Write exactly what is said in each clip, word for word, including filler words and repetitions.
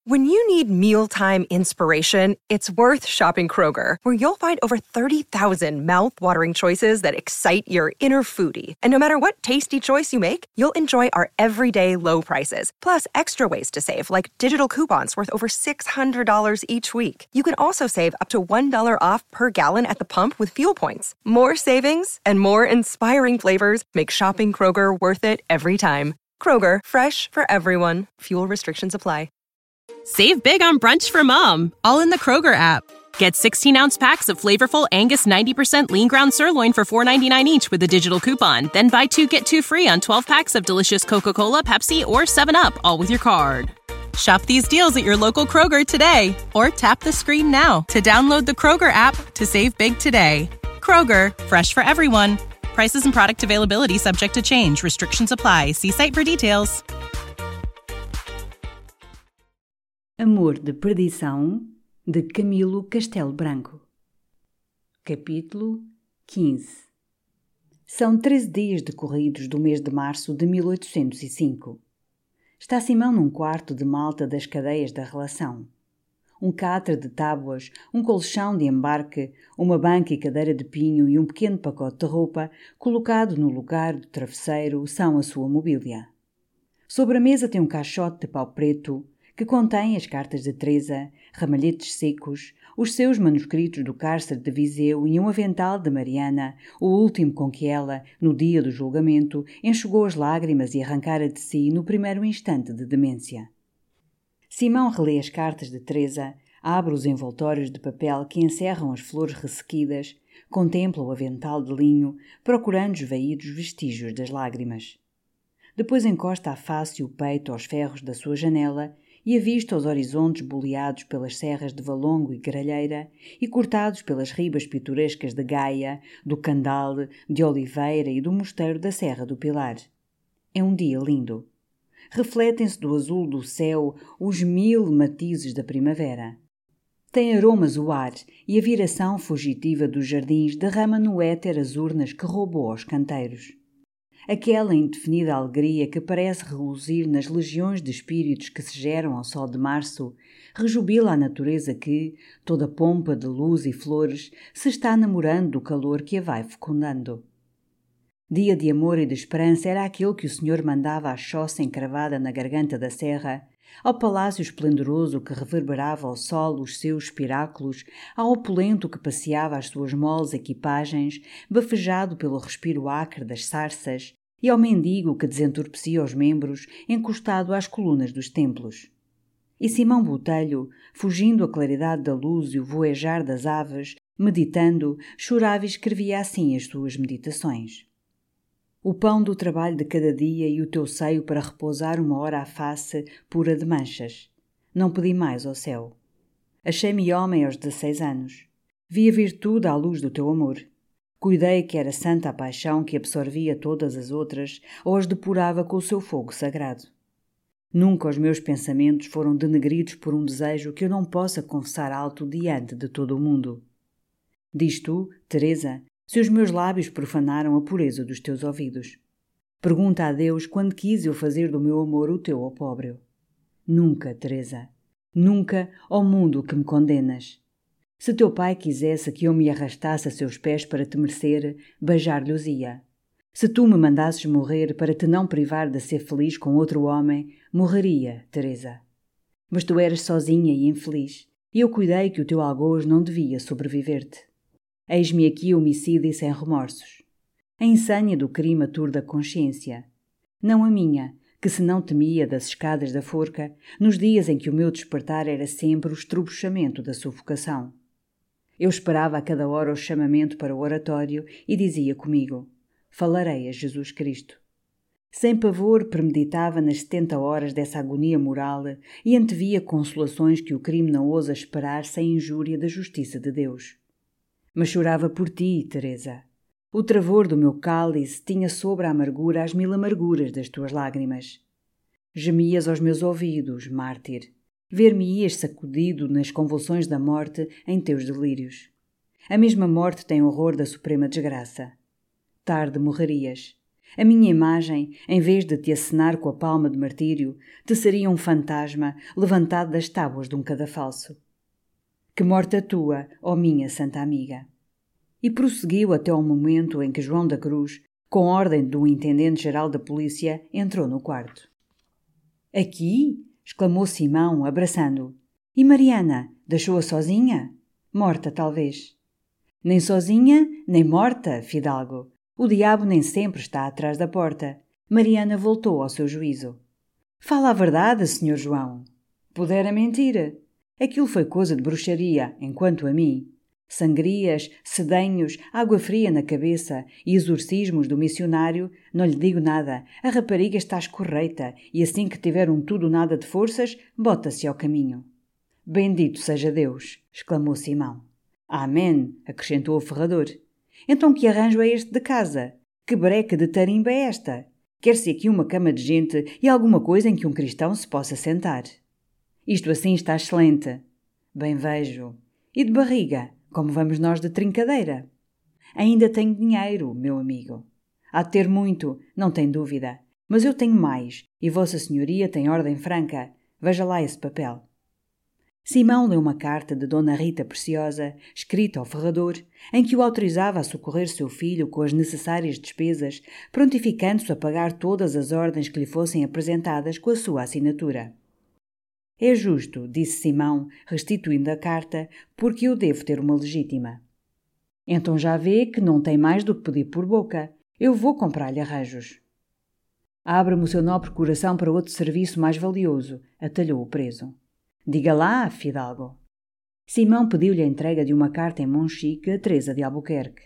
When you need mealtime inspiration, it's worth shopping Kroger, where you'll find over thirty thousand mouth-watering choices that excite your inner foodie. And no matter what tasty choice you make, you'll enjoy our everyday low prices, plus extra ways to save, like digital coupons worth over six hundred dollars each week. You can also save up to one dollar off per gallon at the pump with fuel points. More savings and more inspiring flavors make shopping Kroger worth it every time. Kroger, fresh for everyone. Fuel restrictions apply. Save big on brunch for mom, all in the Kroger app. Get sixteen-ounce packs of flavorful Angus ninety percent lean ground sirloin for four ninety-nine each with a digital coupon. Then buy two, get two free on twelve packs of delicious Coca-Cola, Pepsi, or seven up, all with your card. Shop these deals at your local Kroger today, or tap the screen now to download the Kroger app to save big today. Kroger, fresh for everyone. Prices and product availability subject to change. Restrictions apply. See site for details. Amor de Perdição, de Camilo Castelo Branco. Capítulo quinze. São treze dias decorridos do mês de março de mil oitocentos e cinco. Está Simão num quarto de malta das cadeias da relação. Um catre de tábuas, um colchão de embarque, uma banca e cadeira de pinho e um pequeno pacote de roupa colocado no lugar do travesseiro são a sua mobília. Sobre a mesa tem um caixote de pau preto que contém as cartas de Teresa, ramalhetes secos, os seus manuscritos do cárcere de Viseu e um avental de Mariana, o último com que ela, no dia do julgamento, enxugou as lágrimas e arrancara de si no primeiro instante de demência. Simão relê as cartas de Teresa, abre os envoltórios de papel que encerram as flores ressequidas, contempla o avental de linho, procurando esvaídos vestígios das lágrimas. Depois encosta a face e o peito aos ferros da sua janela e avista os horizontes boleados pelas serras de Valongo e Gralheira e cortados pelas ribas pitorescas de Gaia, do Candal, de Oliveira e do Mosteiro da Serra do Pilar. É um dia lindo. Refletem-se do azul do céu os mil matizes da primavera. Tem aromas o ar e a viração fugitiva dos jardins derrama no éter as urnas que roubou aos canteiros. Aquela indefinida alegria que parece reluzir nas legiões de espíritos que se geram ao sol de março, rejubila a natureza que, toda pompa de luz e flores, se está namorando do calor que a vai fecundando. Dia de amor e de esperança era aquele que o Senhor mandava à choça encravada na garganta da serra, ao palácio esplendoroso que reverberava ao sol os seus piráculos, ao opulento que passeava as suas moles equipagens, bafejado pelo respiro acre das sarças, e ao mendigo que desentorpecia os membros, encostado às colunas dos templos. E Simão Botelho, fugindo a claridade da luz e o voejar das aves, meditando, chorava e escrevia assim as suas meditações. O pão do trabalho de cada dia e o teu seio para repousar uma hora à face pura de manchas. Não pedi mais ao céu. Achei-me homem aos dezesseis anos. Vi a virtude à luz do teu amor. Cuidei que era santa a paixão que absorvia todas as outras ou as depurava com o seu fogo sagrado. Nunca os meus pensamentos foram denegridos por um desejo que eu não possa confessar alto diante de todo o mundo. Diz tu, Teresa, se os meus lábios profanaram a pureza dos teus ouvidos. Pergunta a Deus quando quis eu fazer do meu amor o teu opróbrio. Nunca, Teresa, nunca, ó mundo que me condenas. Se teu pai quisesse que eu me arrastasse a seus pés para te merecer, beijar-lhe-os-ia. Se tu me mandasses morrer para te não privar de ser feliz com outro homem, morreria, Teresa. Mas tu eras sozinha e infeliz, e eu cuidei que o teu algoz não devia sobreviver-te. Eis-me aqui homicida e sem remorsos. A insânia do crime aturda a consciência. Não a minha, que se não temia das escadas da forca, nos dias em que o meu despertar era sempre o estrubuchamento da sufocação. Eu esperava a cada hora o chamamento para o oratório e dizia comigo, falarei a Jesus Cristo. Sem pavor premeditava nas setenta horas dessa agonia moral e antevia consolações que o crime não ousa esperar sem injúria da justiça de Deus. Mas chorava por ti, Teresa. O travor do meu cálice tinha sobre a amargura as mil amarguras das tuas lágrimas. Gemias aos meus ouvidos, mártir. Ver-me-ias sacudido nas convulsões da morte em teus delírios. A mesma morte tem horror da suprema desgraça. Tarde morrerias. A minha imagem, em vez de te acenar com a palma de martírio, te seria um fantasma levantado das tábuas de um cadafalso. Que morte a tua, ó minha santa amiga! E prosseguiu até ao momento em que João da Cruz, com ordem do intendente-geral da polícia, entrou no quarto. Aqui? Exclamou Simão, abraçando-o. E Mariana, deixou-a sozinha? Morta, talvez. Nem sozinha, nem morta, fidalgo. O diabo nem sempre está atrás da porta. Mariana voltou ao seu juízo. Fala a verdade, senhor João. Pudera mentir. Aquilo foi coisa de bruxaria, enquanto a mim. Sangrias, sedenhos, água fria na cabeça e exorcismos do missionário, não lhe digo nada. A rapariga está escorreita e assim que tiver um tudo nada de forças, bota-se ao caminho. Bendito seja Deus! Exclamou Simão. Amém! Acrescentou o ferrador. Então que arranjo é este de casa? Que breca de tarimba é esta? Quer-se aqui uma cama de gente e alguma coisa em que um cristão se possa sentar. Isto assim está excelente. Bem vejo. E de barriga? Como vamos nós de trincadeira? Ainda tenho dinheiro, meu amigo. Há de ter muito, não tem dúvida. Mas eu tenho mais, e Vossa Senhoria tem ordem franca. Veja lá esse papel. Simão leu uma carta de Dona Rita Preciosa, escrita ao ferrador, em que o autorizava a socorrer seu filho com as necessárias despesas, prontificando-se a pagar todas as ordens que lhe fossem apresentadas com a sua assinatura. É justo, disse Simão, restituindo a carta, porque eu devo ter uma legítima. Então já vê que não tem mais do que pedir por boca. Eu vou comprar-lhe arranjos. Abra-me o seu nobre coração para outro serviço mais valioso, atalhou o preso. Diga lá, fidalgo. Simão pediu-lhe a entrega de uma carta em Monchique a Teresa de Albuquerque.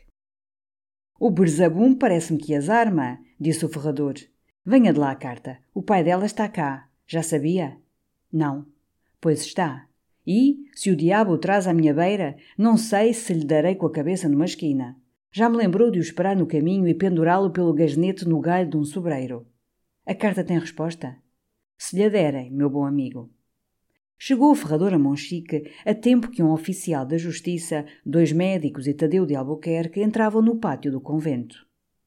O Berzabum parece-me que as arma, disse o ferrador. Venha de lá a carta. O pai dela está cá. Já sabia? Não. Pois está. E, se o diabo o traz à minha beira, não sei se lhe darei com a cabeça numa esquina. Já me lembrou de o esperar no caminho e pendurá-lo pelo gasnete no galho de um sobreiro. A carta tem resposta? Se lhe a derem, meu bom amigo. Chegou o ferrador a Monchique a tempo que um oficial da justiça, dois médicos e Tadeu de Albuquerque entravam no pátio do convento.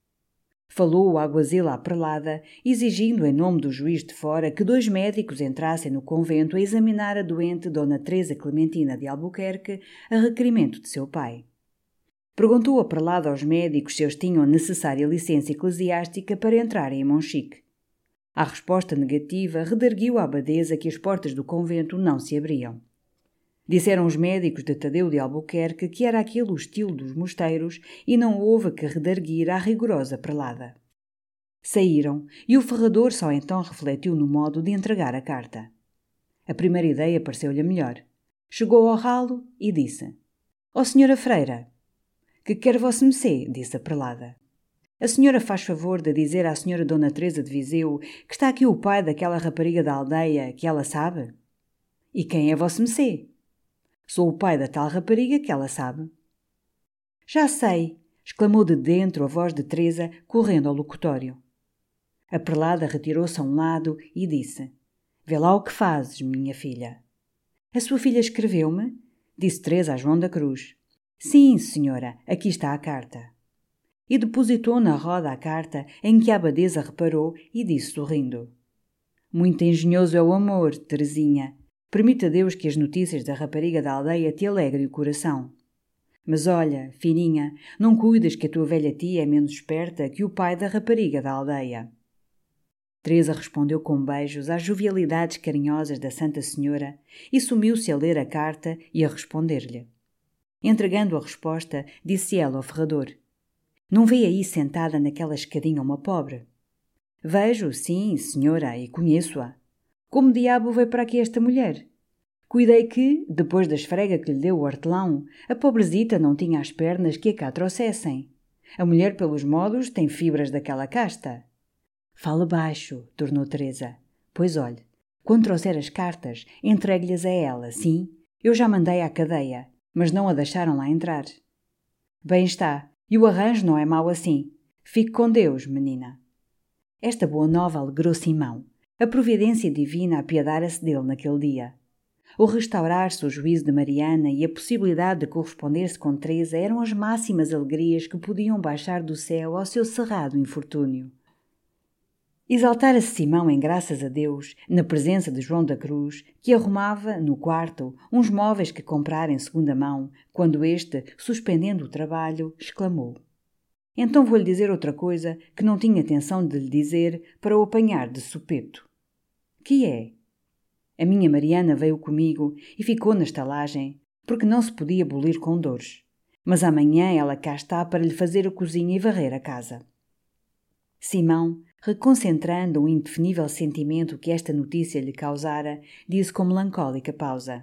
Falou o aguazil à prelada, exigindo em nome do juiz de fora que dois médicos entrassem no convento a examinar a doente Dona Teresa Clementina de Albuquerque a requerimento de seu pai. Perguntou a prelada aos médicos se eles tinham a necessária licença eclesiástica para entrarem em Monchique. À resposta negativa, redarguiu a abadesa que as portas do convento não se abriam. Disseram os médicos de Tadeu de Albuquerque que era aquele o estilo dos mosteiros e não houve que redarguir à rigorosa prelada. Saíram e o ferrador só então refletiu no modo de entregar a carta. A primeira ideia pareceu-lhe a melhor. Chegou ao ralo e disse: Ó senhora freira. Que quer vossem-mecê, disse a prelada. A senhora faz favor de dizer à senhora Dona Teresa de Viseu que está aqui o pai daquela rapariga da aldeia que ela sabe? E quem é vossem-mecê? Sou o pai da tal rapariga que ela sabe. Já sei, exclamou de dentro a voz de Teresa, correndo ao locutório. A prelada retirou-se a um lado e disse: Vê lá o que fazes, minha filha. A sua filha escreveu-me? Disse Teresa a João da Cruz. Sim, senhora, aqui está a carta. E depositou na roda a carta em que a abadesa reparou e disse sorrindo: Muito engenhoso é o amor, Teresinha. Permita Deus que as notícias da rapariga da aldeia te alegrem o coração. Mas olha, filhinha, não cuidas que a tua velha tia é menos esperta que o pai da rapariga da aldeia. Teresa respondeu com beijos às jovialidades carinhosas da Santa Senhora e sumiu-se a ler a carta e a responder-lhe. Entregando a resposta, disse ela ao ferrador: Não vê aí sentada naquela escadinha uma pobre? Vejo, sim, senhora, e conheço-a. Como diabo veio para aqui esta mulher? Cuidei que, depois da esfrega que lhe deu o hortelão, a pobrezita não tinha as pernas que a cá trouxessem. A mulher, pelos modos, tem fibras daquela casta. Fala baixo, tornou Teresa. Pois olhe, quando trouxer as cartas, entregue-lhes a ela, sim? Eu já mandei à cadeia, mas não a deixaram lá entrar. Bem está, e o arranjo não é mau assim. Fique com Deus, menina. Esta boa nova alegrou Simão. A providência divina apiadara-se dele naquele dia. O restaurar-se o juízo de Mariana e a possibilidade de corresponder-se com Teresa eram as máximas alegrias que podiam baixar do céu ao seu cerrado infortúnio. Exaltara-se Simão em graças a Deus, na presença de João da Cruz, que arrumava, no quarto, uns móveis que comprara em segunda mão, quando este, suspendendo o trabalho, exclamou: Então vou-lhe dizer outra coisa que não tinha intenção de lhe dizer para o apanhar de sopeto. Que é? A minha Mariana veio comigo e ficou na estalagem, porque não se podia bolir com dores. Mas amanhã ela cá está para lhe fazer a cozinha e varrer a casa. Simão, reconcentrando o indefinível sentimento que esta notícia lhe causara, disse com melancólica pausa: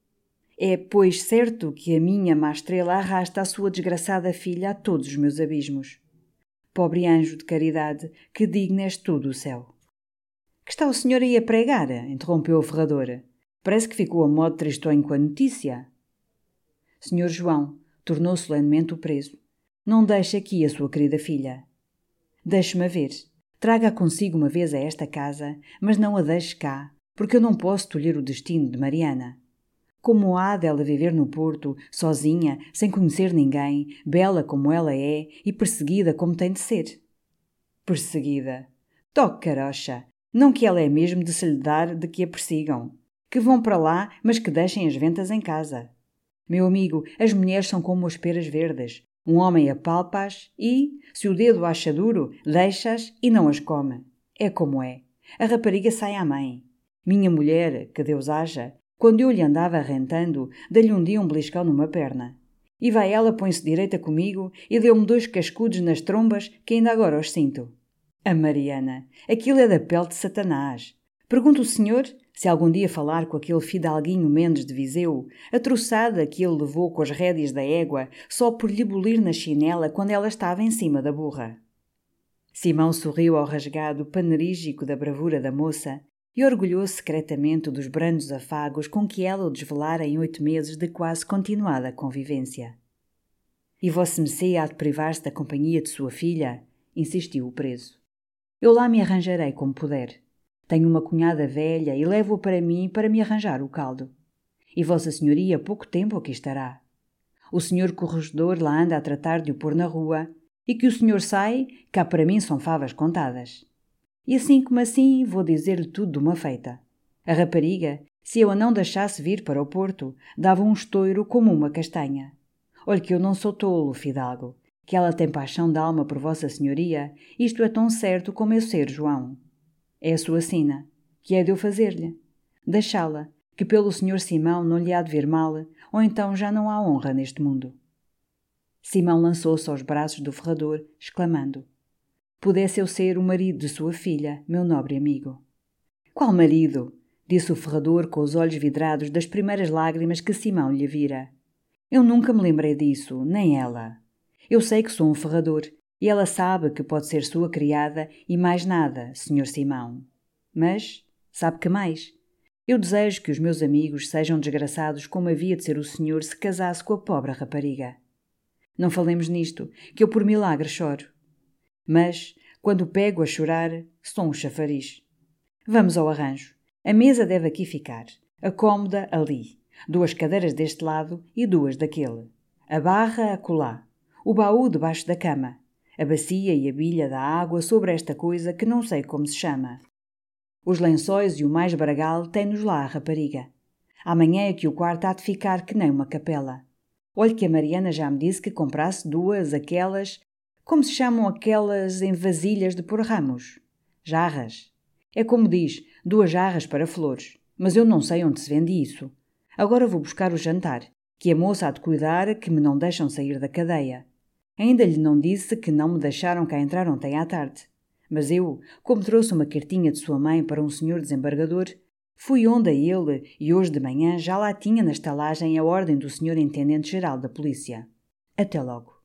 É, pois, certo que a minha má estrela arrasta a sua desgraçada filha a todos os meus abismos. Pobre anjo de caridade, que digno és tu do céu. Que está o senhor aí a pregar? Interrompeu o ferrador. Parece que ficou a modo tristonho com a notícia. Senhor João, tornou solenemente o preso, não deixe aqui a sua querida filha. Deixe-me ver. Traga-a consigo uma vez a esta casa, mas não a deixe cá, porque eu não posso tolher o destino de Mariana. Como há dela viver no Porto, sozinha, sem conhecer ninguém, bela como ela é e perseguida como tem de ser? Perseguida? Toque carocha! Não que ela é mesmo de se lhe dar de que a persigam. Que vão para lá, mas que deixem as ventas em casa. Meu amigo, as mulheres são como as peras verdes. Um homem apalpa-as e, se o dedo acha duro, deixa-as e não as come. É como é. A rapariga sai à mãe. Minha mulher, que Deus haja, quando eu lhe andava arrentando, dei-lhe um dia um beliscão numa perna. E vai ela, põe-se direita comigo e deu-me dois cascudos nas trombas que ainda agora os sinto. A Mariana, aquilo é da pele de Satanás. Pergunta o senhor se algum dia falar com aquele fidalguinho Mendes de Viseu, a troçada que ele levou com as rédeas da égua só por lhe bolir na chinela quando ela estava em cima da burra. Simão sorriu ao rasgado panerígico da bravura da moça e orgulhou-se secretamente dos brandos afagos com que ela o desvelara em oito meses de quase continuada convivência. E vossa-me-cê há de privar-se da companhia de sua filha? Insistiu o preso. Eu lá me arranjarei como puder. Tenho uma cunhada velha e levo-a para mim para me arranjar o caldo. E vossa senhoria pouco tempo aqui estará. O senhor corregedor lá anda a tratar de o pôr na rua e que o senhor sai, cá para mim são favas contadas. E assim como assim vou dizer-lhe tudo de uma feita. A rapariga, se eu a não deixasse vir para o Porto, dava um estouro como uma castanha. Olhe que eu não sou tolo, fidalgo, que ela tem paixão de alma por vossa senhoria, isto é tão certo como eu ser João. É a sua sina, que é de eu fazer-lhe. Deixá-la, que pelo senhor Simão não lhe há de ver mal, ou então já não há honra neste mundo. Simão lançou-se aos braços do ferrador, exclamando: Pudesse eu ser o marido de sua filha, meu nobre amigo. Qual marido? Disse o ferrador com os olhos vidrados das primeiras lágrimas que Simão lhe vira. Eu nunca me lembrei disso, nem ela. Eu sei que sou um ferrador, e ela sabe que pode ser sua criada e mais nada, senhor Simão. Mas, sabe que mais? Eu desejo que os meus amigos sejam desgraçados como havia de ser o senhor se casasse com a pobre rapariga. Não falemos nisto, que eu por milagre choro. Mas, quando pego a chorar, sou um chafariz. Vamos ao arranjo. A mesa deve aqui ficar, a cômoda ali, duas cadeiras deste lado e duas daquele, a barra acolá, o baú debaixo da cama, a bacia e a bilha da água sobre esta coisa que não sei como se chama. Os lençóis e o mais bragal tem-nos lá a rapariga. Amanhã é que o quarto há de ficar que nem uma capela. Olhe que a Mariana já me disse que comprasse duas aquelas, como se chamam aquelas em vasilhas de pôr ramos? Jarras. É como diz, duas jarras para flores, mas eu não sei onde se vende isso. Agora vou buscar o jantar, que a moça há de cuidar que me não deixam sair da cadeia. Ainda lhe não disse que não me deixaram cá entrar ontem à tarde. Mas eu, como trouxe uma cartinha de sua mãe para um senhor desembargador, fui onde a ele e hoje de manhã já lá tinha na estalagem a ordem do senhor Intendente-Geral da Polícia. Até logo.